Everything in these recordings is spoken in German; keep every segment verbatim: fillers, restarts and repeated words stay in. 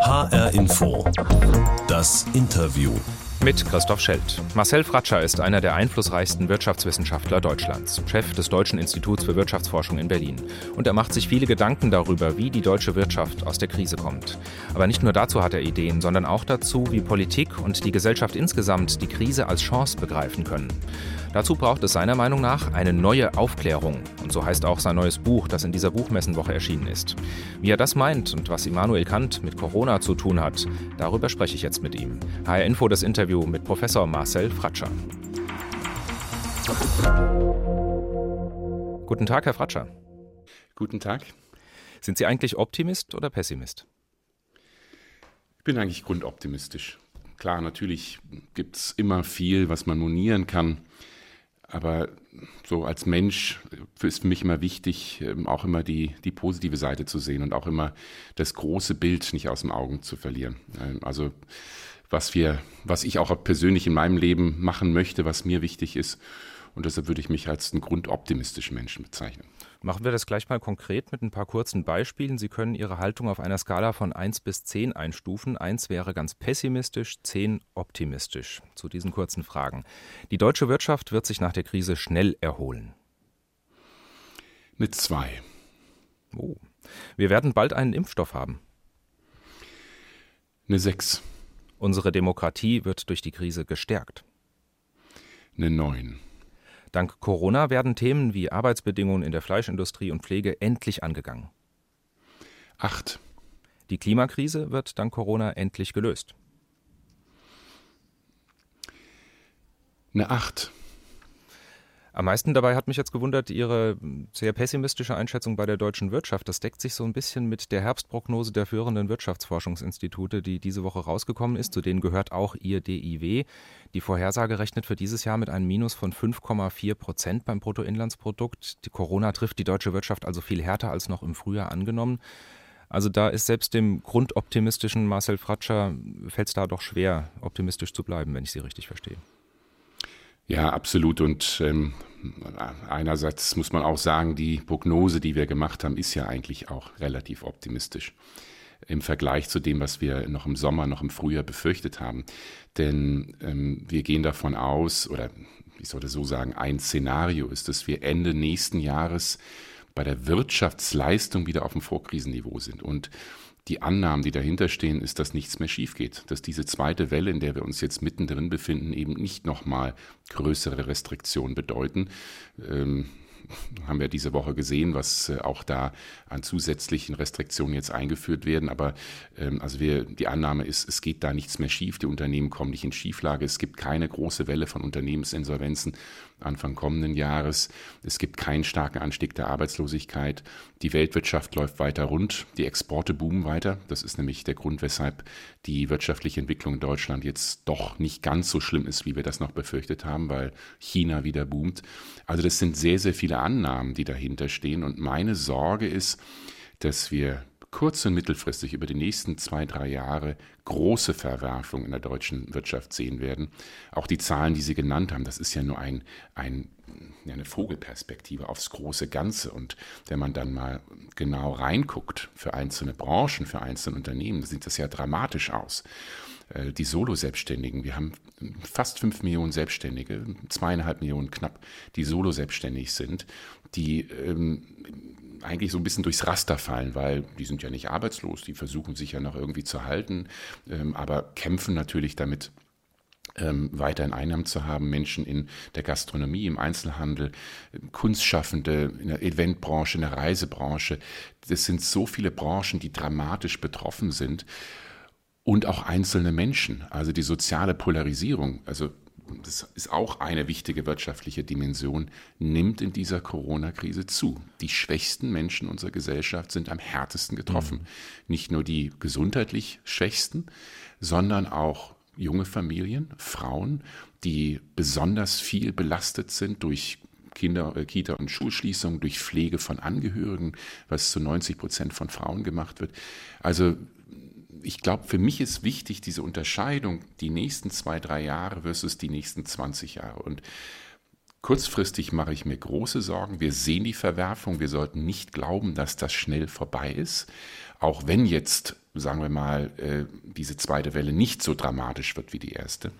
H R Info. Das Interview. Mit Christoph Schelt. Marcel Fratscher ist einer der einflussreichsten Wirtschaftswissenschaftler Deutschlands, Chef des Deutschen Instituts für Wirtschaftsforschung in Berlin. Und er macht sich viele Gedanken darüber, wie die deutsche Wirtschaft aus der Krise kommt. Aber nicht nur dazu hat er Ideen, sondern auch dazu, wie Politik und die Gesellschaft insgesamt die Krise als Chance begreifen können. Dazu braucht es seiner Meinung nach eine neue Aufklärung. Und so heißt auch sein neues Buch, das in dieser Buchmessenwoche erschienen ist. Wie er das meint und was Immanuel Kant mit Corona zu tun hat, darüber spreche ich jetzt mit ihm. H R Info, das Interview mit Professor Marcel Fratscher. Guten Tag, Herr Fratscher. Guten Tag. Sind Sie eigentlich Optimist oder Pessimist? Ich bin eigentlich grundoptimistisch. Klar, natürlich gibt es immer viel, was man monieren kann. Aber so als Mensch ist für mich immer wichtig, auch immer die, die positive Seite zu sehen und auch immer das große Bild nicht aus den Augen zu verlieren. Also was wir, was ich auch persönlich in meinem Leben machen möchte, was mir wichtig ist. Und deshalb würde ich mich als einen grundoptimistischen Menschen bezeichnen. Machen wir das gleich mal konkret mit ein paar kurzen Beispielen. Sie können Ihre Haltung auf einer Skala von eins bis zehn einstufen. eins wäre ganz pessimistisch, zehn optimistisch. Zu diesen kurzen Fragen. Die deutsche Wirtschaft wird sich nach der Krise schnell erholen. Mit zwei. Oh. Wir werden bald einen Impfstoff haben. Eine sechs. Unsere Demokratie wird durch die Krise gestärkt. Eine neun. Dank Corona werden Themen wie Arbeitsbedingungen in der Fleischindustrie und Pflege endlich angegangen. Acht. Die Klimakrise wird dank Corona endlich gelöst. Eine acht. Am meisten dabei hat mich jetzt gewundert, Ihre sehr pessimistische Einschätzung bei der deutschen Wirtschaft. Das deckt sich so ein bisschen mit der Herbstprognose der führenden Wirtschaftsforschungsinstitute, die diese Woche rausgekommen ist. Zu denen gehört auch Ihr D I W. Die Vorhersage rechnet für dieses Jahr mit einem Minus von fünf Komma vier Prozent beim Bruttoinlandsprodukt. Die Corona trifft die deutsche Wirtschaft also viel härter als noch im Frühjahr angenommen. Also da ist selbst dem grundoptimistischen Marcel Fratscher, fällt es da doch schwer, optimistisch zu bleiben, wenn ich Sie richtig verstehe. Ja, absolut. Und ähm, einerseits muss man auch sagen, die Prognose, die wir gemacht haben, ist ja eigentlich auch relativ optimistisch im Vergleich zu dem, was wir noch im Sommer, noch im Frühjahr befürchtet haben. Denn ähm, wir gehen davon aus, oder ich sollte so sagen, ein Szenario ist, dass wir Ende nächsten Jahres bei der Wirtschaftsleistung wieder auf dem Vorkrisenniveau sind. Und die Annahmen, die dahinter stehen, ist, dass nichts mehr schief geht. Dass diese zweite Welle, in der wir uns jetzt mittendrin befinden, eben nicht nochmal größere Restriktionen bedeuten. Ähm, haben wir diese Woche gesehen, was äh, auch da an zusätzlichen Restriktionen jetzt eingeführt werden. Aber ähm, also wir, die Annahme ist, es geht da nichts mehr schief. Die Unternehmen kommen nicht in Schieflage. Es gibt keine große Welle von Unternehmensinsolvenzen Anfang kommenden Jahres. Es gibt keinen starken Anstieg der Arbeitslosigkeit. Die Weltwirtschaft läuft weiter rund. Die Exporte boomen weiter. Das ist nämlich der Grund, weshalb die wirtschaftliche Entwicklung in Deutschland jetzt doch nicht ganz so schlimm ist, wie wir das noch befürchtet haben, weil China wieder boomt. Also das sind sehr, sehr viele Annahmen, die dahinter stehen. Und meine Sorge ist, dass wir kurz- und mittelfristig über die nächsten zwei, drei Jahre große Verwerfungen in der deutschen Wirtschaft sehen werden. Auch die Zahlen, die Sie genannt haben, das ist ja nur ein, ein, ja, eine Vogelperspektive aufs große Ganze. Und wenn man dann mal genau reinguckt für einzelne Branchen, für einzelne Unternehmen, sieht das ja dramatisch aus. Die Solo-Selbstständigen, wir haben fast fünf Millionen Selbstständige, zweieinhalb Millionen knapp, die Solo-Selbstständig sind, die ähm, eigentlich so ein bisschen durchs Raster fallen, weil die sind ja nicht arbeitslos, die versuchen sich ja noch irgendwie zu halten, ähm, aber kämpfen natürlich damit, ähm, weiterhin Einnahmen zu haben. Menschen in der Gastronomie, im Einzelhandel, Kunstschaffende, in der Eventbranche, in der Reisebranche. Das sind so viele Branchen, die dramatisch betroffen sind. Und auch einzelne Menschen, also die soziale Polarisierung, also das ist auch eine wichtige wirtschaftliche Dimension, nimmt in dieser Corona-Krise zu. Die schwächsten Menschen unserer Gesellschaft sind am härtesten getroffen. Mhm. Nicht nur die gesundheitlich Schwächsten, sondern auch junge Familien, Frauen, die besonders viel belastet sind durch Kinder, äh, Kita- und Schulschließungen, durch Pflege von Angehörigen, was zu neunzig Prozent von Frauen gemacht wird. Also ich glaube, für mich ist wichtig diese Unterscheidung, die nächsten zwei, drei Jahre versus die nächsten zwanzig Jahre. Und Kurzfristig mache ich mir große Sorgen. Wir sehen die Verwerfung. Wir sollten nicht glauben, dass das schnell vorbei ist. Auch wenn jetzt, sagen wir mal, diese zweite Welle nicht so dramatisch wird wie die erste.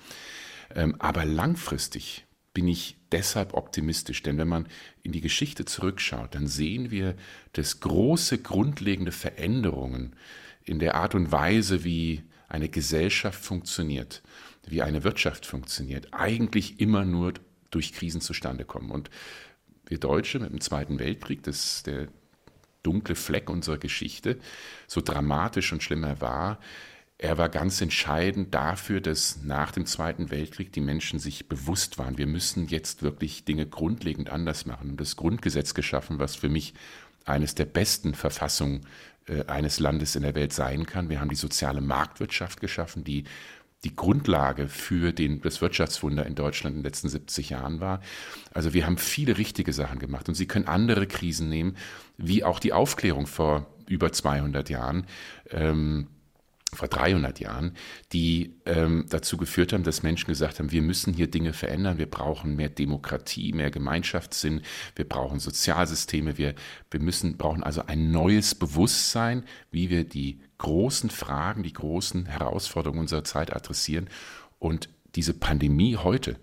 Aber langfristig bin ich deshalb optimistisch, denn wenn man in die Geschichte zurückschaut, dann sehen wir, dass große, grundlegende Veränderungen in der Art und Weise, wie eine Gesellschaft funktioniert, wie eine Wirtschaft funktioniert, eigentlich immer nur durch Krisen zustande kommen. Und wir Deutsche mit dem Zweiten Weltkrieg, das ist der dunkle Fleck unserer Geschichte, so dramatisch und schlimm er war, er war ganz entscheidend dafür, dass nach dem Zweiten Weltkrieg die Menschen sich bewusst waren, wir müssen jetzt wirklich Dinge grundlegend anders machen und das Grundgesetz geschaffen, was für mich eines der besten Verfassungen äh, eines Landes in der Welt sein kann. Wir haben die soziale Marktwirtschaft geschaffen, die die Grundlage für den, das Wirtschaftswunder in Deutschland in den letzten siebzig Jahren war. Also wir haben viele richtige Sachen gemacht und Sie können andere Krisen nehmen, wie auch die Aufklärung vor über zweihundert Jahren, ähm, vor dreihundert Jahren, die ähm, dazu geführt haben, dass Menschen gesagt haben, wir müssen hier Dinge verändern, wir brauchen mehr Demokratie, mehr Gemeinschaftssinn, wir brauchen Sozialsysteme, wir, wir müssen, brauchen also ein neues Bewusstsein, wie wir die großen Fragen, die großen Herausforderungen unserer Zeit adressieren. Und diese Pandemie heute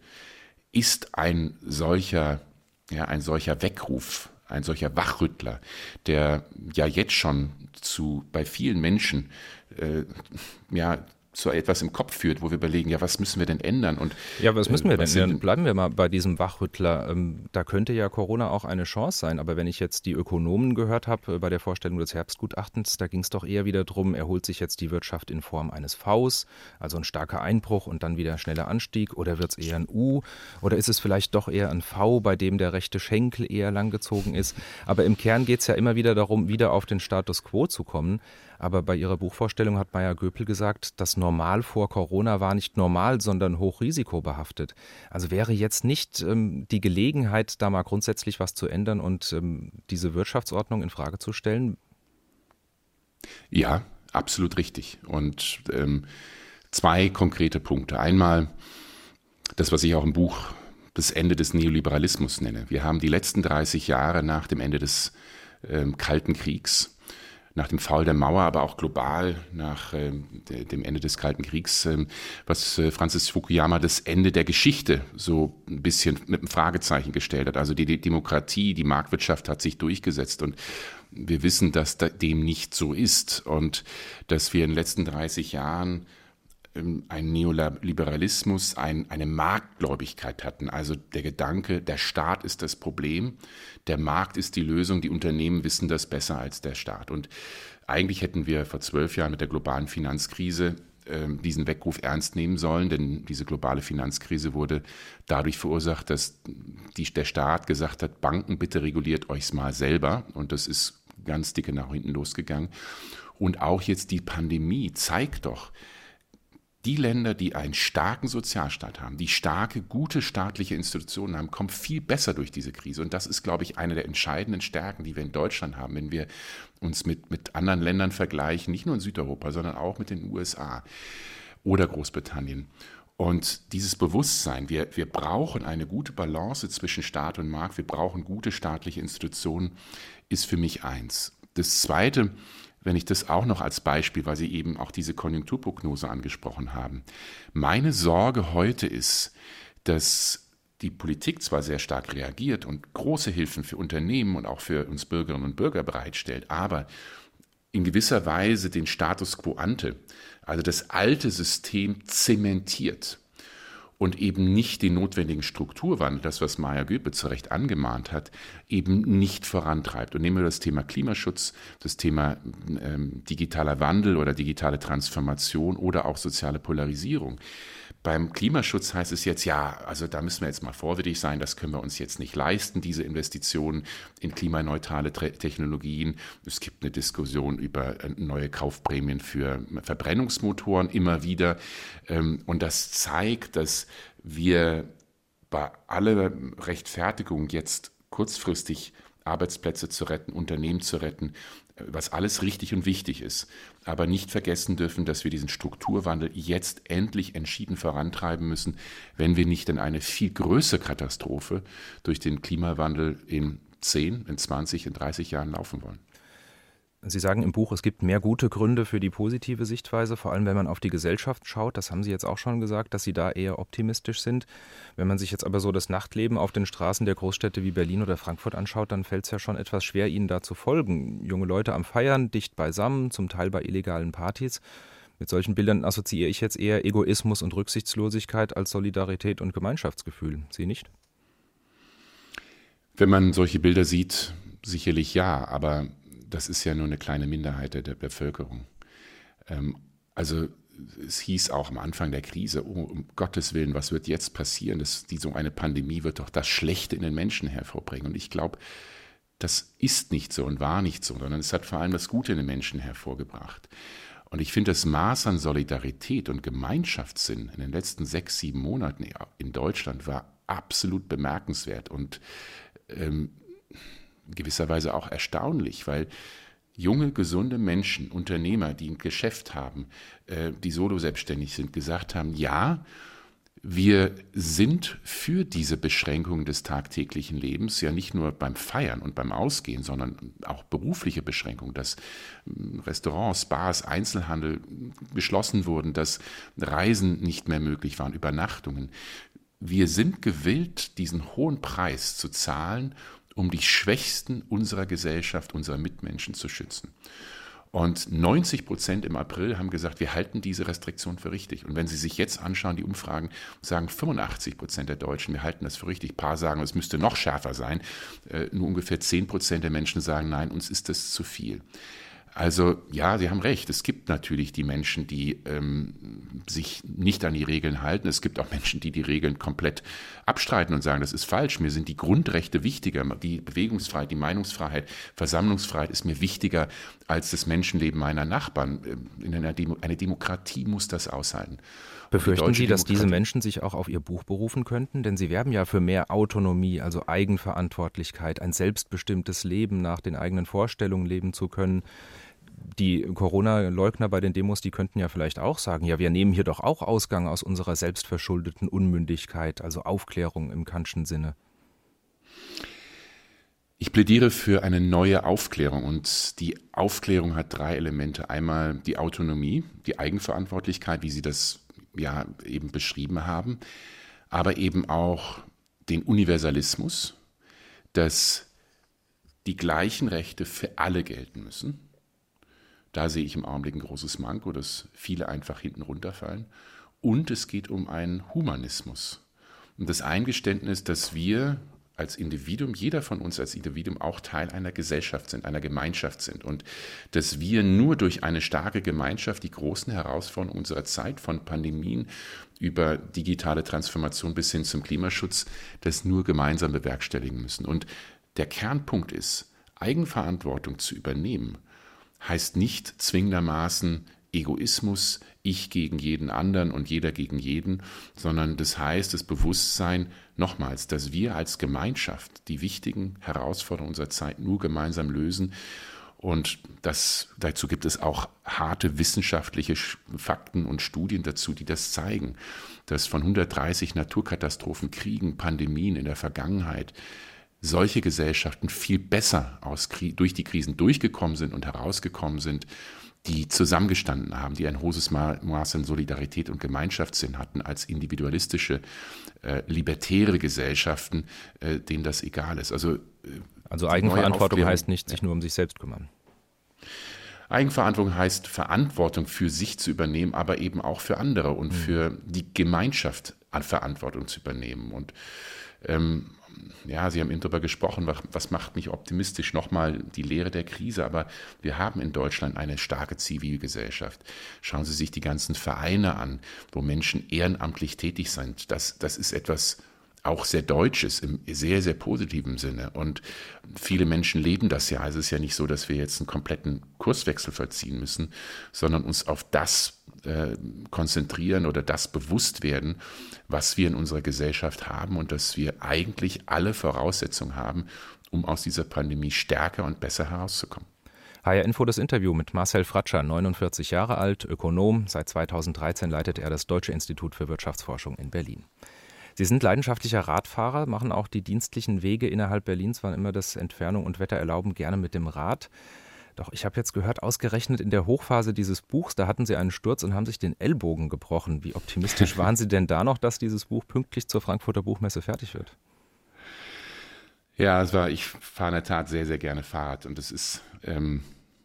ist ein solcher, ja, ein solcher Weckruf, ein solcher Wachrüttler, der ja jetzt schon zu bei vielen Menschen äh, ja zu etwas im Kopf führt, wo wir überlegen, ja, was müssen wir denn ändern? Und, ja, was müssen wir äh, denn ändern? Bleiben wir mal bei diesem Wachrüttler. Ähm, da könnte ja Corona auch eine Chance sein, aber wenn ich jetzt die Ökonomen gehört habe äh, bei der Vorstellung des Herbstgutachtens, da ging es doch eher wieder drum, erholt sich jetzt die Wirtschaft in Form eines Vs, also ein starker Einbruch und dann wieder schneller Anstieg, oder wird es eher ein U, oder ist es vielleicht doch eher ein V, bei dem der rechte Schenkel eher langgezogen ist? Aber im Kern geht es ja immer wieder darum, wieder auf den Status quo zu kommen. Aber bei ihrer Buchvorstellung hat Meyer-Göpel gesagt, das Normal vor Corona war nicht normal, sondern hochrisikobehaftet. Also wäre jetzt nicht ähm, die Gelegenheit, da mal grundsätzlich was zu ändern und ähm, diese Wirtschaftsordnung in Frage zu stellen? Ja, absolut richtig. Und ähm, zwei konkrete Punkte. Einmal das, was ich auch im Buch das Ende des Neoliberalismus nenne. Wir haben die letzten dreißig Jahre nach dem Ende des ähm, Kalten Kriegs, nach dem Fall der Mauer, aber auch global nach äh, dem Ende des Kalten Kriegs, äh, was äh, Francis Fukuyama das Ende der Geschichte so ein bisschen mit einem Fragezeichen gestellt hat. Also die, die Demokratie, die Marktwirtschaft hat sich durchgesetzt und wir wissen, dass da, dem nicht so ist und dass wir in den letzten dreißig Jahren ähm, einen Neoliberalismus, ein, eine Marktgläubigkeit hatten. Also der Gedanke, der Staat ist das Problem, der Markt ist die Lösung, die Unternehmen wissen das besser als der Staat. Und eigentlich hätten wir vor zwölf Jahren mit der globalen Finanzkrise äh, diesen Weckruf ernst nehmen sollen, denn diese globale Finanzkrise wurde dadurch verursacht, dass die, der Staat gesagt hat, Banken, bitte reguliert euch's mal selber. Und das ist ganz dicke nach hinten losgegangen. Und auch jetzt die Pandemie zeigt doch, die Länder, die einen starken Sozialstaat haben, die starke, gute staatliche Institutionen haben, kommen viel besser durch diese Krise. Und das ist, glaube ich, eine der entscheidenden Stärken, die wir in Deutschland haben, wenn wir uns mit, mit anderen Ländern vergleichen, nicht nur in Südeuropa, sondern auch mit den U S A oder Großbritannien. Und dieses Bewusstsein, wir, wir brauchen eine gute Balance zwischen Staat und Markt, wir brauchen gute staatliche Institutionen, ist für mich eins. Das Zweite, wenn ich das auch noch als Beispiel, weil Sie eben auch diese Konjunkturprognose angesprochen haben. Meine Sorge heute ist, dass die Politik zwar sehr stark reagiert und große Hilfen für Unternehmen und auch für uns Bürgerinnen und Bürger bereitstellt, aber in gewisser Weise den Status quo ante, also das alte System zementiert und eben nicht den notwendigen Strukturwandel, das, was Meyer-Göpel zu Recht angemahnt hat, eben nicht vorantreibt. Und nehmen wir das Thema Klimaschutz, das Thema ähm, digitaler Wandel oder digitale Transformation oder auch soziale Polarisierung. Beim Klimaschutz heißt es jetzt, ja, also da müssen wir jetzt mal vorsichtig sein, das können wir uns jetzt nicht leisten, diese Investitionen in klimaneutrale Technologien. Es gibt eine Diskussion über neue Kaufprämien für Verbrennungsmotoren immer wieder. Und das zeigt, dass wir bei aller Rechtfertigung jetzt kurzfristig Arbeitsplätze zu retten, Unternehmen zu retten, was alles richtig und wichtig ist, aber nicht vergessen dürfen, dass wir diesen Strukturwandel jetzt endlich entschieden vorantreiben müssen, wenn wir nicht in eine viel größere Katastrophe durch den Klimawandel in zehn, in zwanzig, in dreißig Jahren laufen wollen. Sie sagen im Buch, es gibt mehr gute Gründe für die positive Sichtweise, vor allem wenn man auf die Gesellschaft schaut. Das haben Sie jetzt auch schon gesagt, dass Sie da eher optimistisch sind. Wenn man sich jetzt aber so das Nachtleben auf den Straßen der Großstädte wie Berlin oder Frankfurt anschaut, dann fällt es ja schon etwas schwer, Ihnen da zu folgen. Junge Leute am Feiern, dicht beisammen, zum Teil bei illegalen Partys. Mit solchen Bildern assoziiere ich jetzt eher Egoismus und Rücksichtslosigkeit als Solidarität und Gemeinschaftsgefühl. Sie nicht? Wenn man solche Bilder sieht, sicherlich ja, aber das ist ja nur eine kleine Minderheit der Bevölkerung. Ähm, also es hieß auch am Anfang der Krise, oh, um Gottes Willen, was wird jetzt passieren? Das, die, so eine Pandemie wird doch das Schlechte in den Menschen hervorbringen. Und ich glaube, das ist nicht so und war nicht so, sondern es hat vor allem das Gute in den Menschen hervorgebracht. Und ich finde, das Maß an Solidarität und Gemeinschaftssinn in den letzten sechs, sieben Monaten in Deutschland war absolut bemerkenswert und ähm, gewisserweise auch erstaunlich, weil junge, gesunde Menschen, Unternehmer, die ein Geschäft haben, äh, die solo selbstständig sind, gesagt haben, ja, wir sind für diese Beschränkung des tagtäglichen Lebens, ja nicht nur beim Feiern und beim Ausgehen, sondern auch berufliche Beschränkungen, dass Restaurants, Bars, Einzelhandel geschlossen wurden, dass Reisen nicht mehr möglich waren, Übernachtungen. Wir sind gewillt, diesen hohen Preis zu zahlen, um die Schwächsten unserer Gesellschaft, unserer Mitmenschen zu schützen. Und neunzig Prozent im April haben gesagt, wir halten diese Restriktion für richtig. Und wenn Sie sich jetzt anschauen, die Umfragen, sagen fünfundachtzig Prozent der Deutschen, wir halten das für richtig. Ein paar sagen, es müsste noch schärfer sein. Äh, nur ungefähr zehn Prozent der Menschen sagen, nein, uns ist das zu viel. Also ja, Sie haben recht, es gibt natürlich die Menschen, die ähm, sich nicht an die Regeln halten. Es gibt auch Menschen, die die Regeln komplett abstreiten und sagen, das ist falsch. Mir sind die Grundrechte wichtiger, die Bewegungsfreiheit, die Meinungsfreiheit, Versammlungsfreiheit ist mir wichtiger als das Menschenleben meiner Nachbarn. In einer Demo- eine Demokratie muss das aushalten. Befürchten Sie, dass diese Menschen sich auch auf Ihr Buch berufen könnten? Denn Sie werben ja für mehr Autonomie, also Eigenverantwortlichkeit, ein selbstbestimmtes Leben, nach den eigenen Vorstellungen leben zu können. Die Corona-Leugner bei den Demos, die könnten ja vielleicht auch sagen, ja, wir nehmen hier doch auch Ausgang aus unserer selbstverschuldeten Unmündigkeit, also Aufklärung im Kantschen Sinne. Ich plädiere für eine neue Aufklärung und die Aufklärung hat drei Elemente. Einmal die Autonomie, die Eigenverantwortlichkeit, wie Sie das ja eben beschrieben haben, aber eben auch den Universalismus, dass die gleichen Rechte für alle gelten müssen. Da sehe ich im Augenblick ein großes Manko, dass viele einfach hinten runterfallen. Und es geht um einen Humanismus. Und das Eingeständnis, dass wir als Individuum, jeder von uns als Individuum auch Teil einer Gesellschaft sind, einer Gemeinschaft sind. Und dass wir nur durch eine starke Gemeinschaft die großen Herausforderungen unserer Zeit, von Pandemien über digitale Transformation bis hin zum Klimaschutz, das nur gemeinsam bewerkstelligen müssen. Und der Kernpunkt ist, Eigenverantwortung zu übernehmen, heißt nicht zwingendermaßen Egoismus, ich gegen jeden anderen und jeder gegen jeden, sondern das heißt das Bewusstsein, nochmals, dass wir als Gemeinschaft die wichtigen Herausforderungen unserer Zeit nur gemeinsam lösen. Und das, dazu gibt es auch harte wissenschaftliche Fakten und Studien dazu, die das zeigen, dass von hundertdreißig Naturkatastrophen, Kriegen, Pandemien in der Vergangenheit solche Gesellschaften viel besser aus, durch die Krisen durchgekommen sind und herausgekommen sind, die zusammengestanden haben, die ein hohes Maß an Solidarität und Gemeinschaftssinn hatten, als individualistische, äh, libertäre Gesellschaften, äh, denen das egal ist. Also, äh, also Eigenverantwortung heißt nicht, sich nur um sich selbst kümmern. Eigenverantwortung heißt, Verantwortung für sich zu übernehmen, aber eben auch für andere und mhm. für die Gemeinschaft an Verantwortung zu übernehmen. Und ähm, ja, Sie haben eben darüber gesprochen, was, was macht mich optimistisch? Nochmal die Lehre der Krise, aber wir haben in Deutschland eine starke Zivilgesellschaft. Schauen Sie sich die ganzen Vereine an, wo Menschen ehrenamtlich tätig sind. Das, das ist etwas auch sehr Deutsches im sehr, sehr positiven Sinne. Und viele Menschen leben das ja. Also es ist ja nicht so, dass wir jetzt einen kompletten Kurswechsel vollziehen müssen, sondern uns auf das äh, konzentrieren oder das bewusst werden, was wir in unserer Gesellschaft haben und dass wir eigentlich alle Voraussetzungen haben, um aus dieser Pandemie stärker und besser herauszukommen. H R Info das Interview mit Marcel Fratscher, neunundvierzig Jahre alt, Ökonom. Seit zweitausenddreizehn leitet er das Deutsche Institut für Wirtschaftsforschung in Berlin. Sie sind leidenschaftlicher Radfahrer, machen auch die dienstlichen Wege innerhalb Berlins, wann immer das Entfernung und Wetter erlauben, gerne mit dem Rad. Doch ich habe jetzt gehört, ausgerechnet in der Hochphase dieses Buchs, da hatten Sie einen Sturz und haben sich den Ellbogen gebrochen. Wie optimistisch waren Sie denn da noch, dass dieses Buch pünktlich zur Frankfurter Buchmesse fertig wird? Ja, es war, ich fahre in der Tat sehr, sehr gerne Fahrrad und es ist ähm,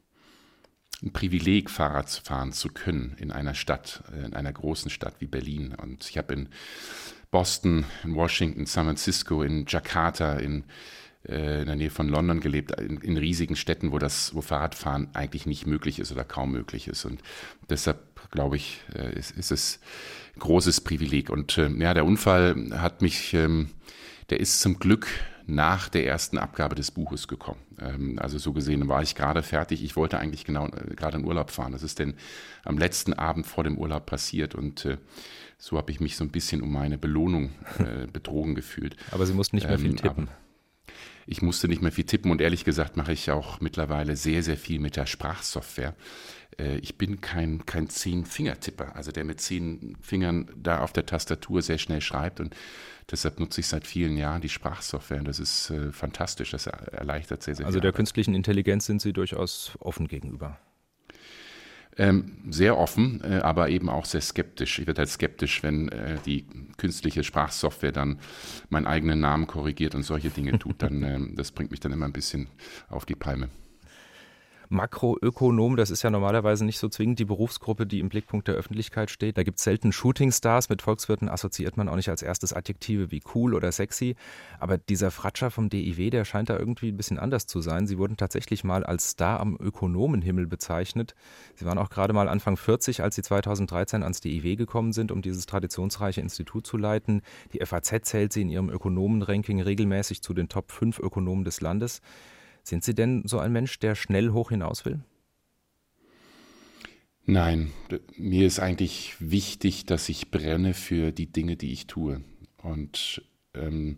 ein Privileg, Fahrrad zu fahren zu können in einer Stadt, in einer großen Stadt wie Berlin. Und ich habe in Boston, in Washington, San Francisco, in Jakarta, in, äh, in der Nähe von London gelebt, in, in riesigen Städten, wo das, wo Fahrradfahren eigentlich nicht möglich ist oder kaum möglich ist. Und deshalb, glaube ich, äh, ist, ist es ein großes Privileg. Und äh, ja, der Unfall hat mich, ähm, der ist zum Glück nach der ersten Abgabe des Buches gekommen. Ähm, also so gesehen war ich gerade fertig. Ich wollte eigentlich genau äh, gerade in Urlaub fahren. Das ist denn am letzten Abend vor dem Urlaub passiert und äh, so habe ich mich so ein bisschen um meine Belohnung äh, betrogen gefühlt. Aber Sie mussten nicht mehr viel ähm, tippen. Ich musste nicht mehr viel tippen und ehrlich gesagt mache ich auch mittlerweile sehr, sehr viel mit der Sprachsoftware. Äh, ich bin kein, kein Zehn-Finger-Tipper, also der mit zehn Fingern da auf der Tastatur sehr schnell schreibt und deshalb nutze ich seit vielen Jahren die Sprachsoftware und das ist äh, fantastisch, das erleichtert sehr, sehr Also viel der Arbeit. Künstlichen Intelligenz sind Sie durchaus offen gegenüber. Ähm, sehr offen, äh, aber eben auch sehr skeptisch. Ich werde halt skeptisch, wenn äh, die künstliche Sprachsoftware dann meinen eigenen Namen korrigiert und solche Dinge tut. Dann, äh, das bringt mich dann immer ein bisschen auf die Palme. Makroökonom, das ist ja normalerweise nicht so zwingend die Berufsgruppe, die im Blickpunkt der Öffentlichkeit steht. Da gibt es selten Shootingstars. Mit Volkswirten assoziiert man auch nicht als erstes Adjektive wie cool oder sexy. Aber dieser Fratscher vom D I W, der scheint da irgendwie ein bisschen anders zu sein. Sie wurden tatsächlich mal als Star am Ökonomenhimmel bezeichnet. Sie waren auch gerade mal Anfang vierzig, als Sie zweitausenddreizehn ans D I W gekommen sind, um dieses traditionsreiche Institut zu leiten. Die F A Z zählt Sie in ihrem Ökonomenranking regelmäßig zu den Top fünf Ökonomen des Landes. Sind Sie denn so ein Mensch, der schnell hoch hinaus will? Nein, mir ist eigentlich wichtig, dass ich brenne für die Dinge, die ich tue. Und ähm,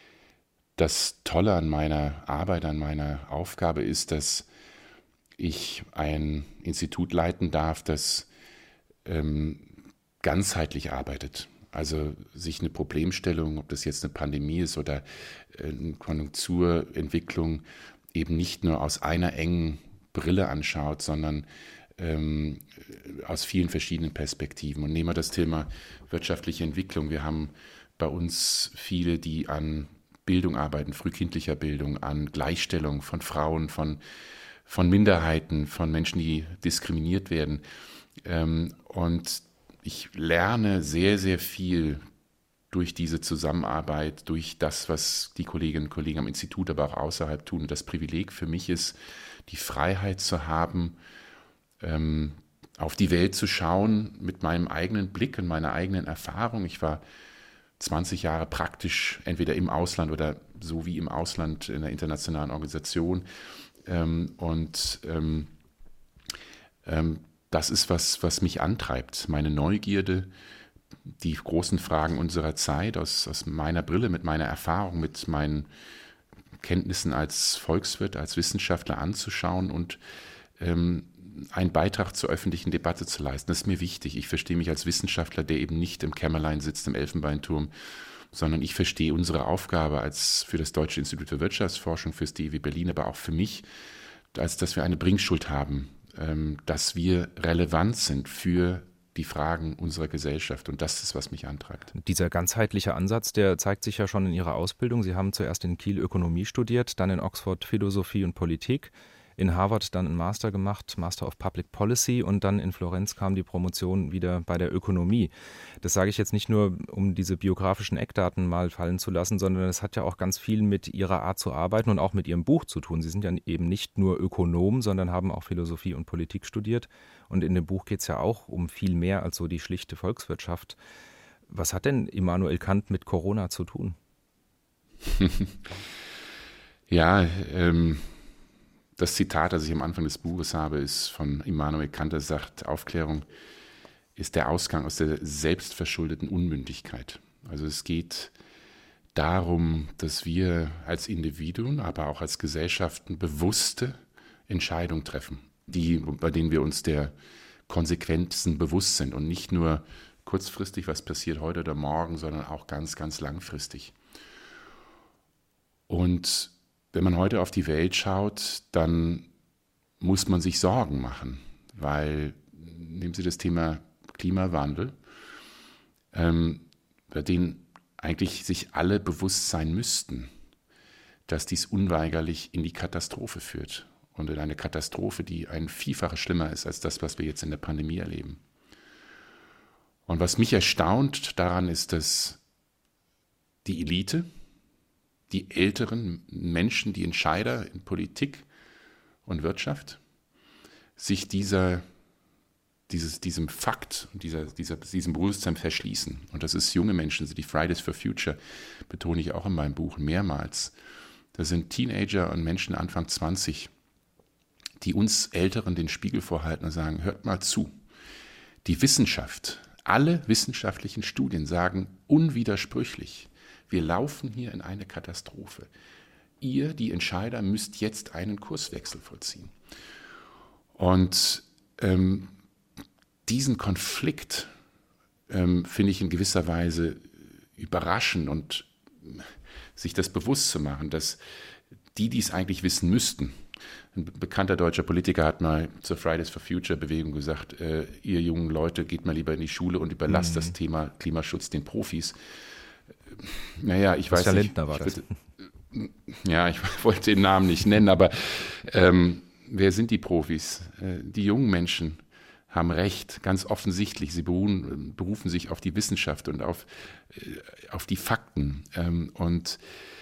das Tolle an meiner Arbeit, an meiner Aufgabe ist, dass ich ein Institut leiten darf, das ähm, ganzheitlich arbeitet. Also sich eine Problemstellung, ob das jetzt eine Pandemie ist oder eine Konjunkturentwicklung, eben nicht nur aus einer engen Brille anschaut, sondern ähm, aus vielen verschiedenen Perspektiven. Und nehmen wir das Thema wirtschaftliche Entwicklung. Wir haben bei uns viele, die an Bildung arbeiten, frühkindlicher Bildung, an Gleichstellung von Frauen, von, von Minderheiten, von Menschen, die diskriminiert werden. Ähm, und ich lerne sehr, sehr viel durch diese Zusammenarbeit, durch das, was die Kolleginnen und Kollegen am Institut, aber auch außerhalb tun. Und das Privileg für mich ist, die Freiheit zu haben, ähm, auf die Welt zu schauen mit meinem eigenen Blick und meiner eigenen Erfahrung. Ich war zwanzig Jahre praktisch entweder im Ausland oder so wie im Ausland in einer internationalen Organisation. Ähm, und ähm, ähm, das ist was, was mich antreibt, meine Neugierde, die großen Fragen unserer Zeit aus, aus meiner Brille, mit meiner Erfahrung, mit meinen Kenntnissen als Volkswirt, als Wissenschaftler anzuschauen und ähm, einen Beitrag zur öffentlichen Debatte zu leisten. Das ist mir wichtig. Ich verstehe mich als Wissenschaftler, der eben nicht im Kämmerlein sitzt, im Elfenbeinturm, sondern ich verstehe unsere Aufgabe als für das Deutsche Institut für Wirtschaftsforschung, fürs D I W Berlin, aber auch für mich, als dass wir eine Bringschuld haben, ähm, dass wir relevant sind für die Fragen unserer Gesellschaft. Und das ist, was mich antreibt. Dieser ganzheitliche Ansatz, der zeigt sich ja schon in Ihrer Ausbildung. Sie haben zuerst in Kiel Ökonomie studiert, dann in Oxford Philosophie und Politik, in Harvard dann einen Master gemacht, Master of Public Policy, und dann in Florenz kam die Promotion wieder bei der Ökonomie. Das sage ich jetzt nicht nur, um diese biografischen Eckdaten mal fallen zu lassen, sondern es hat ja auch ganz viel mit Ihrer Art zu arbeiten und auch mit Ihrem Buch zu tun. Sie sind ja eben nicht nur Ökonom, sondern haben auch Philosophie und Politik studiert. Und in dem Buch geht es ja auch um viel mehr als so die schlichte Volkswirtschaft. Was hat denn Immanuel Kant mit Corona zu tun? ja, ähm... Das Zitat, das ich am Anfang des Buches habe, ist von Immanuel Kant, der sagt, Aufklärung ist der Ausgang aus der selbstverschuldeten Unmündigkeit. Also es geht darum, dass wir als Individuen, aber auch als Gesellschaften bewusste Entscheidungen treffen, die, bei denen wir uns der Konsequenzen bewusst sind und nicht nur kurzfristig, was passiert heute oder morgen, sondern auch ganz, ganz langfristig. Und wenn man heute auf die Welt schaut, dann muss man sich Sorgen machen, weil, nehmen Sie das Thema Klimawandel, ähm, bei dem eigentlich sich alle bewusst sein müssten, dass dies unweigerlich in die Katastrophe führt und in eine Katastrophe, die ein Vielfaches schlimmer ist als das, was wir jetzt in der Pandemie erleben. Und was mich erstaunt daran ist, dass die Elite, die älteren Menschen, die Entscheider in Politik und Wirtschaft, sich dieser, dieses, diesem Fakt und dieser, dieser, diesem Bewusstsein verschließen. Und das ist junge Menschen, die Fridays for Future, betone ich auch in meinem Buch mehrmals. Das sind Teenager und Menschen Anfang zwanzig, die uns Älteren den Spiegel vorhalten und sagen, hört mal zu, die Wissenschaft, alle wissenschaftlichen Studien sagen unwidersprüchlich, wir laufen hier in eine Katastrophe. Ihr, die Entscheider, müsst jetzt einen Kurswechsel vollziehen. Und ähm, diesen Konflikt ähm, finde ich in gewisser Weise überraschend und sich das bewusst zu machen, dass die, die es eigentlich wissen müssten. Ein bekannter deutscher Politiker hat mal zur Fridays for Future Bewegung gesagt, äh, ihr jungen Leute, geht mal lieber in die Schule und überlasst mhm. das Thema Klimaschutz den Profis. Naja, ich das weiß nicht. Lindner war ich das. Würde, ja, ich wollte den Namen nicht nennen, aber ähm, wer sind die Profis? Äh, die jungen Menschen haben recht, ganz offensichtlich. Sie beruhen, berufen sich auf die Wissenschaft und auf, äh, auf die Fakten. Ähm, und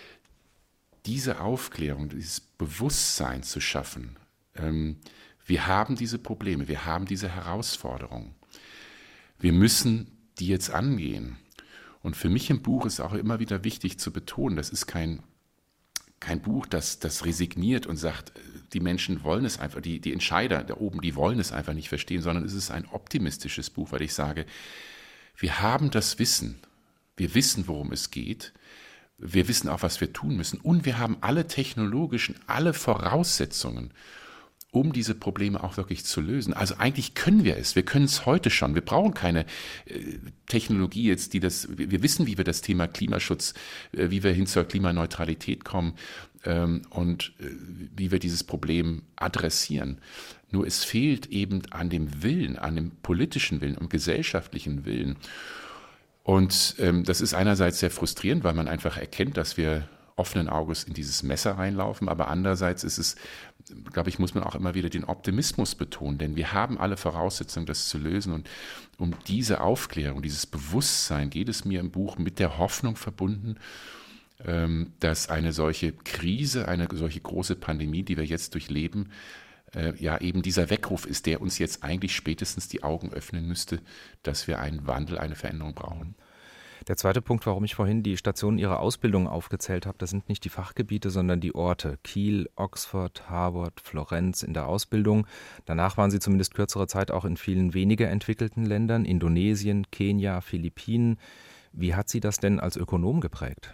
diese Aufklärung, dieses Bewusstsein zu schaffen, ähm, wir haben diese Probleme, wir haben diese Herausforderungen. Wir müssen die jetzt angehen. Und für mich im Buch ist auch immer wieder wichtig zu betonen, das ist kein, kein Buch, das, das resigniert und sagt, die Menschen wollen es einfach, die, die Entscheider da oben, die wollen es einfach nicht verstehen, sondern es ist ein optimistisches Buch, weil ich sage, wir haben das Wissen, wir wissen, worum es geht, wir wissen auch, was wir tun müssen und wir haben alle technologischen, alle Voraussetzungen, um diese Probleme auch wirklich zu lösen. Also eigentlich können wir es, wir können es heute schon. Wir brauchen keine äh, Technologie jetzt, die das, wir wissen, wie wir das Thema Klimaschutz, äh, wie wir hin zur Klimaneutralität kommen ähm, und äh, wie wir dieses Problem adressieren. Nur es fehlt eben an dem Willen, an dem politischen Willen und gesellschaftlichen Willen. Und ähm, das ist einerseits sehr frustrierend, weil man einfach erkennt, dass wir offenen Auges in dieses Messer reinlaufen, aber andererseits ist es, glaube ich, muss man auch immer wieder den Optimismus betonen, denn wir haben alle Voraussetzungen, das zu lösen und um diese Aufklärung, dieses Bewusstsein geht es mir im Buch mit der Hoffnung verbunden, ähm, dass eine solche Krise, eine solche große Pandemie, die wir jetzt durchleben, äh, ja eben dieser Weckruf ist, der uns jetzt eigentlich spätestens die Augen öffnen müsste, dass wir einen Wandel, eine Veränderung brauchen. Der zweite Punkt, warum ich vorhin die Stationen Ihrer Ausbildung aufgezählt habe, das sind nicht die Fachgebiete, sondern die Orte. Kiel, Oxford, Harvard, Florenz in der Ausbildung. Danach waren Sie zumindest kürzere Zeit auch in vielen weniger entwickelten Ländern, Indonesien, Kenia, Philippinen. Wie hat Sie das denn als Ökonom geprägt?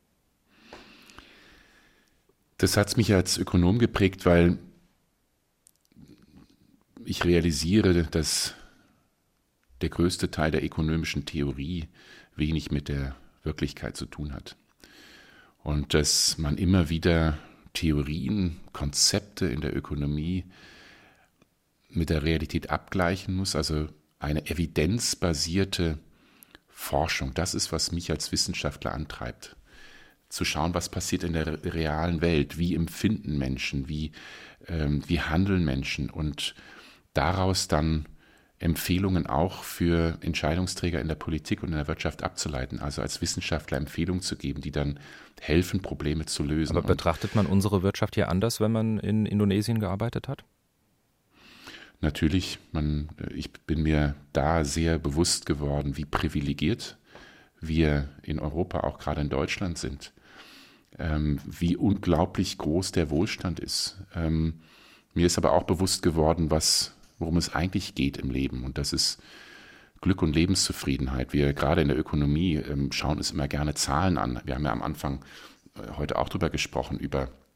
Das hat mich als Ökonom geprägt, weil ich realisiere, dass der größte Teil der ökonomischen Theorie wenig mit der Wirklichkeit zu tun hat. Und dass man immer wieder Theorien, Konzepte in der Ökonomie mit der Realität abgleichen muss, also eine evidenzbasierte Forschung. Das ist, was mich als Wissenschaftler antreibt. Zu schauen, was passiert in der realen Welt, wie empfinden Menschen, wie, ähm, wie handeln Menschen und daraus dann Empfehlungen auch für Entscheidungsträger in der Politik und in der Wirtschaft abzuleiten, also als Wissenschaftler Empfehlungen zu geben, die dann helfen, Probleme zu lösen. Aber betrachtet man unsere Wirtschaft hier anders, wenn man in Indonesien gearbeitet hat? Natürlich, man, ich bin mir da sehr bewusst geworden, wie privilegiert wir in Europa, auch gerade in Deutschland sind, ähm, wie unglaublich groß der Wohlstand ist. Ähm, mir ist aber auch bewusst geworden, was worum es eigentlich geht im Leben. Und das ist Glück und Lebenszufriedenheit. Wir gerade in der Ökonomie ähm, schauen uns immer gerne Zahlen an. Wir haben ja am Anfang äh, heute auch drüber gesprochen, über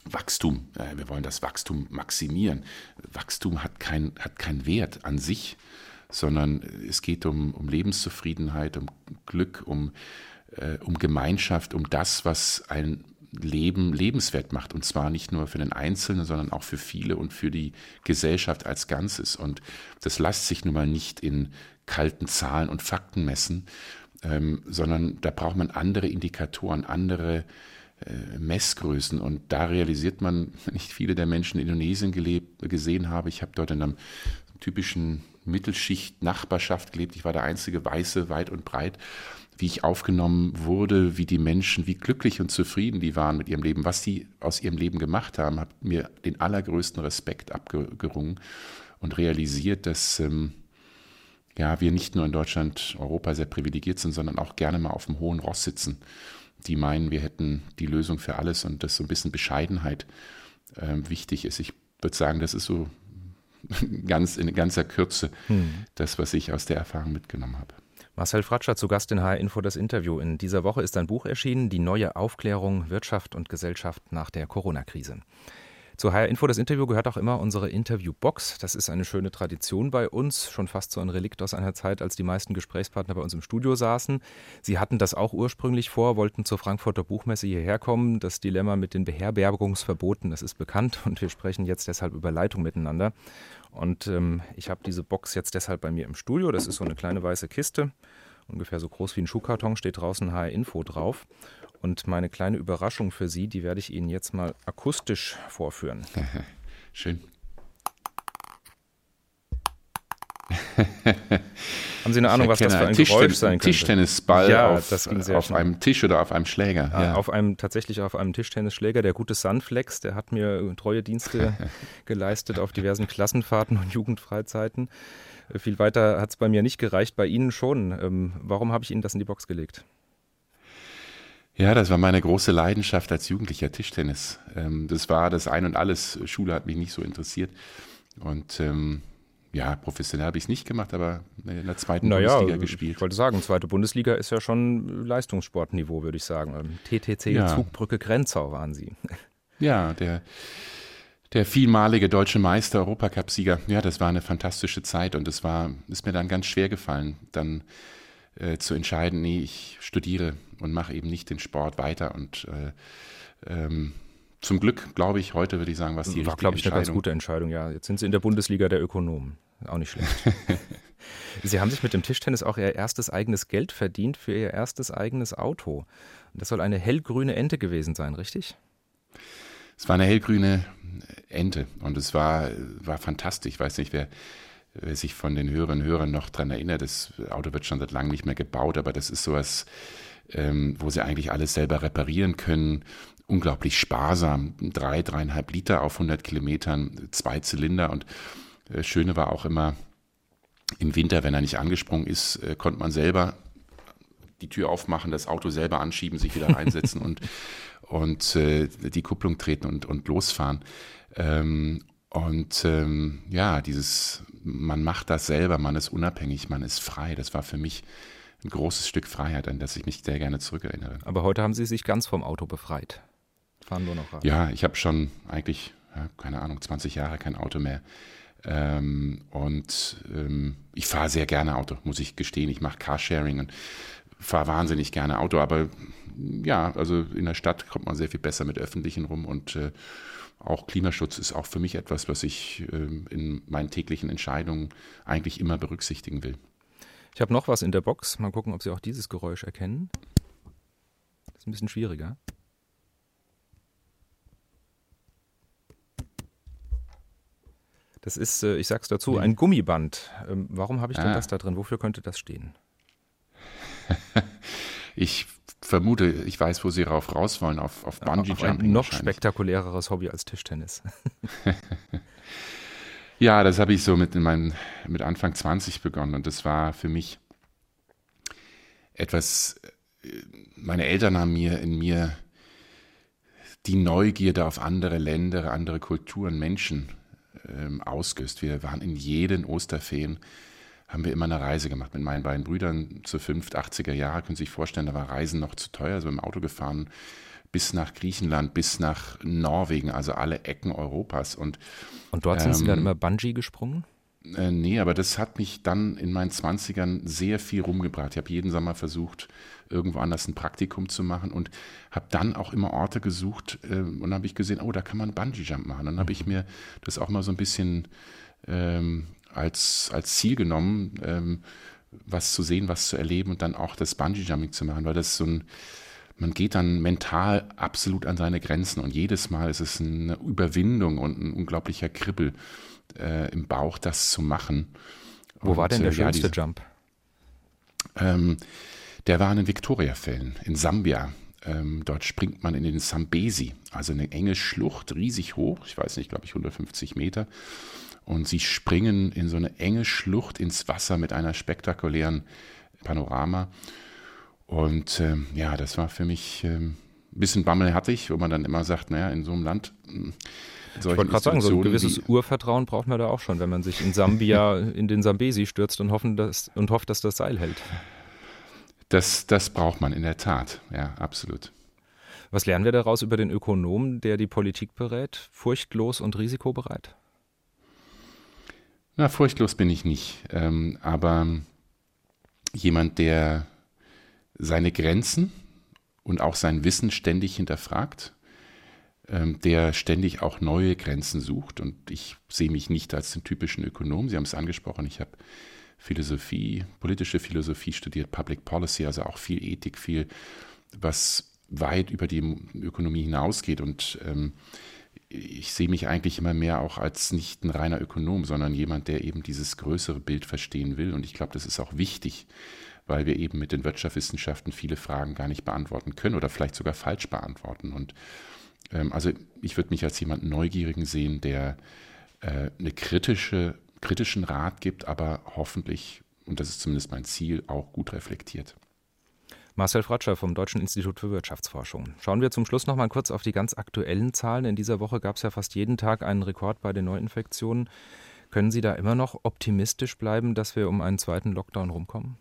Wachstum, äh, wir wollen das Wachstum maximieren. Wachstum hat kein, hat keinen Wert an sich, sondern es geht um, um Lebenszufriedenheit, um Glück, um, äh, um Gemeinschaft, um das, was ein Leben lebenswert macht. Und zwar nicht nur für den Einzelnen, sondern auch für viele und für die Gesellschaft als Ganzes. Und das lässt sich nun mal nicht in kalten Zahlen und Fakten messen, ähm, sondern da braucht man andere Indikatoren, andere äh, Messgrößen. Und da realisiert man, wenn ich viele der Menschen in Indonesien gelebt, gesehen habe, ich habe dort in einem typischen Mittelschicht-Nachbarschaft gelebt. Ich war der einzige Weiße, weit und breit, wie ich aufgenommen wurde, wie die Menschen, wie glücklich und zufrieden die waren mit ihrem Leben, was sie aus ihrem Leben gemacht haben, hat mir den allergrößten Respekt abgerungen und realisiert, dass ähm, ja, wir nicht nur in Deutschland, Europa sehr privilegiert sind, sondern auch gerne mal auf dem hohen Ross sitzen. Die meinen, wir hätten die Lösung für alles und dass so ein bisschen Bescheidenheit äh, wichtig ist. Ich würde sagen, das ist so ganz in ganzer Kürze hm. das, was ich aus der Erfahrung mitgenommen habe. Marcel Fratscher zu Gast in H R Info, das Interview. In dieser Woche ist ein Buch erschienen, Die neue Aufklärung, Wirtschaft und Gesellschaft nach der Corona-Krise. Zu H R Info, das Interview, gehört auch immer unsere Interviewbox. Das ist eine schöne Tradition bei uns, schon fast so ein Relikt aus einer Zeit, als die meisten Gesprächspartner bei uns im Studio saßen. Sie hatten das auch ursprünglich vor, wollten zur Frankfurter Buchmesse hierher kommen. Das Dilemma mit den Beherbergungsverboten, das ist bekannt und wir sprechen jetzt deshalb über Leitung miteinander. Und ähm, ich habe diese Box jetzt deshalb bei mir im Studio. Das ist so eine kleine weiße Kiste, ungefähr so groß wie ein Schuhkarton, steht draußen H R Info drauf. Und meine kleine Überraschung für Sie, die werde ich Ihnen jetzt mal akustisch vorführen. Schön. Haben Sie eine Ahnung, was das für ein Tischten- Geräusch sein könnte? Tischtennisball ja, auf, das ging sehr auf einem Tisch oder auf einem Schläger. Ja. Ja. Auf einem, tatsächlich auf einem Tischtennisschläger. Der gute Sunflex, der hat mir treue Dienste geleistet auf diversen Klassenfahrten und Jugendfreizeiten. Viel weiter hat es bei mir nicht gereicht, bei Ihnen schon. Ähm, warum habe ich Ihnen das in die Box gelegt? Ja, das war meine große Leidenschaft als Jugendlicher, Tischtennis. Ähm, das war das Ein und Alles. Schule hat mich nicht so interessiert. Und ähm, ja, professionell habe ich es nicht gemacht, aber in der zweiten naja, Bundesliga gespielt. Ich wollte sagen, zweite Bundesliga ist ja schon Leistungssportniveau, würde ich sagen. T T C ja. Zugbrücke Grenzau waren Sie. Ja, der, der vielmalige deutsche Meister, Europacup-Sieger. Ja, das war eine fantastische Zeit und es war, ist mir dann ganz schwer gefallen, dann äh, zu entscheiden, nee, ich studiere und mache eben nicht den Sport weiter. Und äh, ähm, zum Glück, glaube ich, heute würde ich sagen, was die war, richtige glaube ich, Entscheidung. Eine ganz gute Entscheidung, ja. Jetzt sind Sie in der Bundesliga der Ökonomen. Auch nicht schlecht. Sie haben sich mit dem Tischtennis auch Ihr erstes eigenes Geld verdient für Ihr erstes eigenes Auto. Und das soll eine hellgrüne Ente gewesen sein, richtig? Es war eine hellgrüne Ente und es war, war fantastisch. Ich weiß nicht, wer, wer sich von den Hörerinnen und Hörern noch daran erinnert. Das Auto wird schon seit langem nicht mehr gebaut, aber das ist sowas, ähm, wo Sie eigentlich alles selber reparieren können. Unglaublich sparsam. Drei, dreieinhalb Liter auf hundert Kilometern, zwei Zylinder. Und das Schöne war auch immer, im Winter, wenn er nicht angesprungen ist, konnte man selber die Tür aufmachen, das Auto selber anschieben, sich wieder reinsetzen und, und äh, die Kupplung treten und, und losfahren. Ähm, und ähm, ja, dieses, man macht das selber, man ist unabhängig, man ist frei. Das war für mich ein großes Stück Freiheit, an das ich mich sehr gerne zurückerinnere. Aber heute haben Sie sich ganz vom Auto befreit. Fahren nur noch Rad. Ja, ich habe schon eigentlich, ja, keine Ahnung, zwanzig Jahre kein Auto mehr. Ähm, und ähm, ich fahre sehr gerne Auto, muss ich gestehen. Ich mache Carsharing und fahre wahnsinnig gerne Auto. Aber ja, also in der Stadt kommt man sehr viel besser mit Öffentlichen rum. Und äh, auch Klimaschutz ist auch für mich etwas, was ich äh, in meinen täglichen Entscheidungen eigentlich immer berücksichtigen will. Ich habe noch was in der Box. Mal gucken, ob Sie auch dieses Geräusch erkennen. Das ist ein bisschen schwieriger. Das ist, ich sag's dazu, ein Gummiband. Warum habe ich denn ah. das da drin? Wofür könnte das stehen? Ich vermute, ich weiß, wo Sie rauf raus wollen, auf, auf Bungee-Jumping. Ein noch spektakuläreres Hobby als Tischtennis. Ja, das habe ich so mit, in meinen, mit Anfang zwanzig begonnen und das war für mich etwas, meine Eltern haben mir in mir die Neugierde auf andere Länder, andere Kulturen, Menschen ähm, ausgelöst. Wir waren in jeden Osterferien, haben wir immer eine Reise gemacht mit meinen beiden Brüdern zu fünft, achtziger Jahre, können Sie sich vorstellen, da war Reisen noch zu teuer, also im Auto gefahren, bis nach Griechenland, bis nach Norwegen, also alle Ecken Europas. Und, und dort sind ähm, Sie dann immer Bungee gesprungen? Äh, nee, aber das hat mich dann in meinen Zwanzigern sehr viel rumgebracht. Ich habe jeden Sommer versucht, irgendwo anders ein Praktikum zu machen und habe dann auch immer Orte gesucht äh, und habe ich gesehen, oh, da kann man Bungee-Jump machen. Dann habe ich mir das auch mal so ein bisschen ähm, als, als Ziel genommen, ähm, was zu sehen, was zu erleben und dann auch das Bungee-Jumping zu machen, weil das so ein, man geht dann mental absolut an seine Grenzen und jedes Mal ist es eine Überwindung und ein unglaublicher Kribbel äh, im Bauch, das zu machen. Wo und, war denn der äh, schönste ja, diese, Jump? Ähm, der war in den Victoria-Fällen in Sambia. Ähm, dort springt man in den Zambesi, also eine enge Schlucht, riesig hoch, ich weiß nicht, glaube ich hundertfünfzig Meter. Und sie springen in so eine enge Schlucht ins Wasser mit einer spektakulären Panorama. Und ähm, ja, das war für mich ähm, ein bisschen Bammel hatte ich, wo man dann immer sagt, naja, in so einem Land, in ich wollte gerade sagen, so ein gewisses Urvertrauen braucht man da auch schon, wenn man sich in Sambia in den Sambesi stürzt und, hoffen, dass, und hofft, dass das Seil hält. Das, das braucht man in der Tat, ja, absolut. Was lernen wir daraus über den Ökonomen, der die Politik berät? Furchtlos und risikobereit? Na, furchtlos bin ich nicht, ähm, aber jemand, der seine Grenzen und auch sein Wissen ständig hinterfragt, ähm, der ständig auch neue Grenzen sucht. Und ich sehe mich nicht als den typischen Ökonom. Sie haben es angesprochen, ich habe Philosophie, politische Philosophie studiert, Public Policy, also auch viel Ethik, viel, was weit über die Ökonomie hinausgeht. Und ähm, ich sehe mich eigentlich immer mehr auch als nicht ein reiner Ökonom, sondern jemand, der eben dieses größere Bild verstehen will. Und ich glaube, das ist auch wichtig, weil wir eben mit den Wirtschaftswissenschaften viele Fragen gar nicht beantworten können oder vielleicht sogar falsch beantworten. Und ähm, also ich würde mich als jemand Neugierigen sehen, der äh, eine kritische, kritischen Rat gibt, aber hoffentlich, und das ist zumindest mein Ziel, auch gut reflektiert. Marcel Fratscher vom Deutschen Institut für Wirtschaftsforschung. Schauen wir zum Schluss noch mal kurz auf die ganz aktuellen Zahlen. In dieser Woche gab es ja fast jeden Tag einen Rekord bei den Neuinfektionen. Können Sie da immer noch optimistisch bleiben, dass wir um einen zweiten Lockdown rumkommen?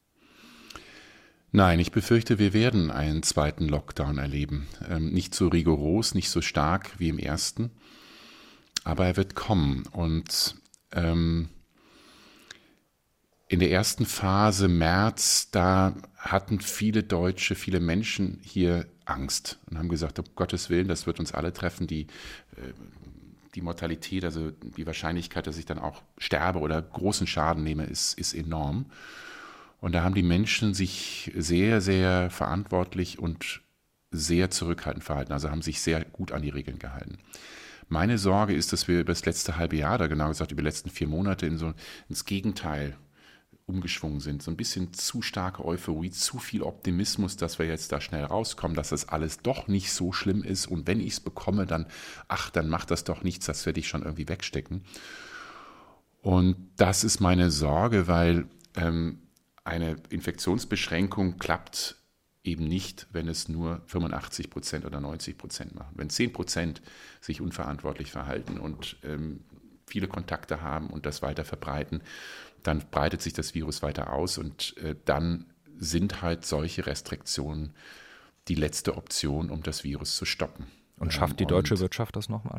Nein, ich befürchte, wir werden einen zweiten Lockdown erleben. Ähm, nicht so rigoros, nicht so stark wie im ersten, aber er wird kommen. Und ähm, in der ersten Phase März, da hatten viele Deutsche, viele Menschen hier Angst und haben gesagt, um Gottes Willen, das wird uns alle treffen. Die, die Mortalität, also die Wahrscheinlichkeit, dass ich dann auch sterbe oder großen Schaden nehme, ist, ist enorm. Und da haben die Menschen sich sehr, sehr verantwortlich und sehr zurückhaltend verhalten, also haben sich sehr gut an die Regeln gehalten. Meine Sorge ist, dass wir über das letzte halbe Jahr, oder genau gesagt über die letzten vier Monate, in so, ins Gegenteil umgeschwungen sind. So ein bisschen zu starke Euphorie, zu viel Optimismus, dass wir jetzt da schnell rauskommen, dass das alles doch nicht so schlimm ist. Und wenn ich es bekomme, dann, ach, dann macht das doch nichts, das werde ich schon irgendwie wegstecken. Und das ist meine Sorge, weil ähm, eine Infektionsbeschränkung klappt eben nicht, wenn es nur fünfundachtzig Prozent oder neunzig Prozent machen. Wenn zehn Prozent sich unverantwortlich verhalten und ähm, viele Kontakte haben und das weiter verbreiten, dann breitet sich das Virus weiter aus und äh, dann sind halt solche Restriktionen die letzte Option, um das Virus zu stoppen. Und schafft die deutsche Wirtschaft das nochmal?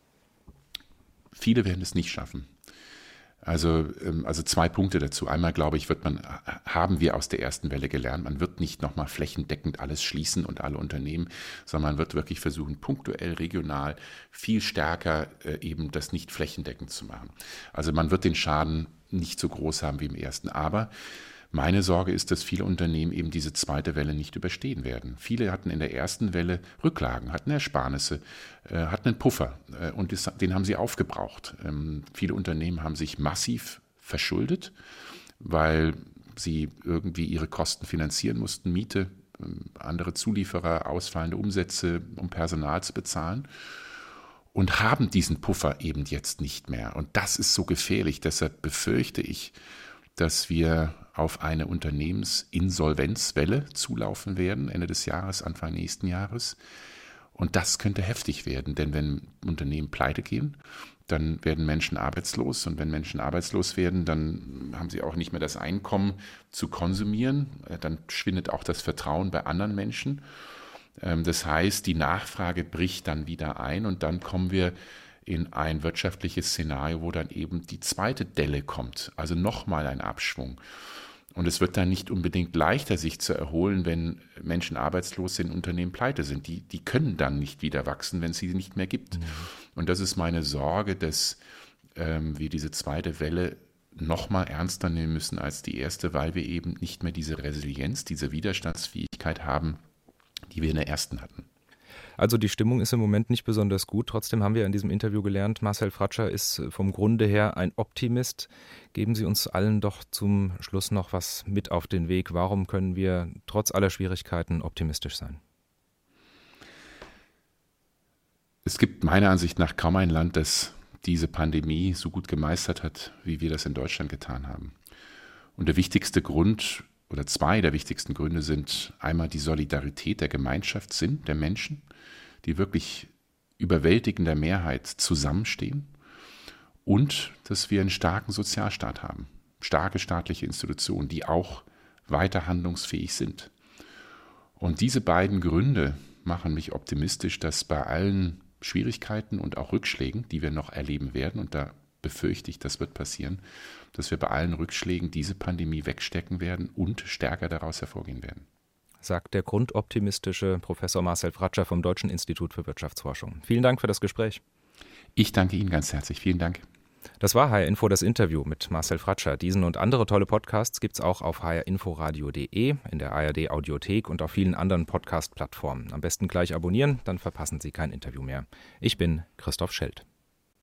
Viele werden es nicht schaffen. Also, also zwei Punkte dazu. Einmal, glaube ich, wird man, haben wir aus der ersten Welle gelernt, man wird nicht nochmal flächendeckend alles schließen und alle Unternehmen, sondern man wird wirklich versuchen, punktuell, regional, viel stärker äh, eben das nicht flächendeckend zu machen. Also man wird den Schaden nicht so groß haben wie im ersten. Aber meine Sorge ist, dass viele Unternehmen eben diese zweite Welle nicht überstehen werden. Viele hatten in der ersten Welle Rücklagen, hatten Ersparnisse, äh, hatten einen Puffer äh, und das, den haben sie aufgebraucht. Ähm, viele Unternehmen haben sich massiv verschuldet, weil sie irgendwie ihre Kosten finanzieren mussten, Miete, äh, andere Zulieferer, ausfallende Umsätze, um Personal zu bezahlen. Und haben diesen Puffer eben jetzt nicht mehr. Und das ist so gefährlich. Deshalb befürchte ich, dass wir auf eine Unternehmensinsolvenzwelle zulaufen werden, Ende des Jahres, Anfang nächsten Jahres. Und das könnte heftig werden, denn wenn Unternehmen pleite gehen, dann werden Menschen arbeitslos. Und wenn Menschen arbeitslos werden, dann haben sie auch nicht mehr das Einkommen zu konsumieren. Dann schwindet auch das Vertrauen bei anderen Menschen. Das heißt, die Nachfrage bricht dann wieder ein und dann kommen wir in ein wirtschaftliches Szenario, wo dann eben die zweite Delle kommt, also nochmal ein Abschwung. Und es wird dann nicht unbedingt leichter, sich zu erholen, wenn Menschen arbeitslos sind, Unternehmen pleite sind. Die, die können dann nicht wieder wachsen, wenn es sie nicht mehr gibt. Mhm. Und das ist meine Sorge, dass ähm, wir diese zweite Welle noch mal ernster nehmen müssen als die erste, weil wir eben nicht mehr diese Resilienz, diese Widerstandsfähigkeit haben, die wir in der ersten hatten. Also die Stimmung ist im Moment nicht besonders gut. Trotzdem haben wir in diesem Interview gelernt, Marcel Fratscher ist vom Grunde her ein Optimist. Geben Sie uns allen doch zum Schluss noch was mit auf den Weg. Warum können wir trotz aller Schwierigkeiten optimistisch sein? Es gibt meiner Ansicht nach kaum ein Land, das diese Pandemie so gut gemeistert hat, wie wir das in Deutschland getan haben. Und der wichtigste Grund oder zwei der wichtigsten Gründe sind einmal die Solidarität der Gemeinschaftssinn der Menschen, die wirklich überwältigender Mehrheit zusammenstehen, und dass wir einen starken Sozialstaat haben, starke staatliche Institutionen, die auch weiter handlungsfähig sind. Und diese beiden Gründe machen mich optimistisch, dass bei allen Schwierigkeiten und auch Rückschlägen, die wir noch erleben werden, und da befürchte ich, das wird passieren, dass wir bei allen Rückschlägen diese Pandemie wegstecken werden und stärker daraus hervorgehen werden. Sagt der grundoptimistische Professor Marcel Fratscher vom Deutschen Institut für Wirtschaftsforschung. Vielen Dank für das Gespräch. Ich danke Ihnen ganz herzlich. Vielen Dank. Das war H R Info, das Interview mit Marcel Fratscher. Diesen und andere tolle Podcasts gibt es auch auf h r inforadio punkt de, in der A R D Audiothek und auf vielen anderen Podcast-Plattformen. Am besten gleich abonnieren, dann verpassen Sie kein Interview mehr. Ich bin Christoph Schelt.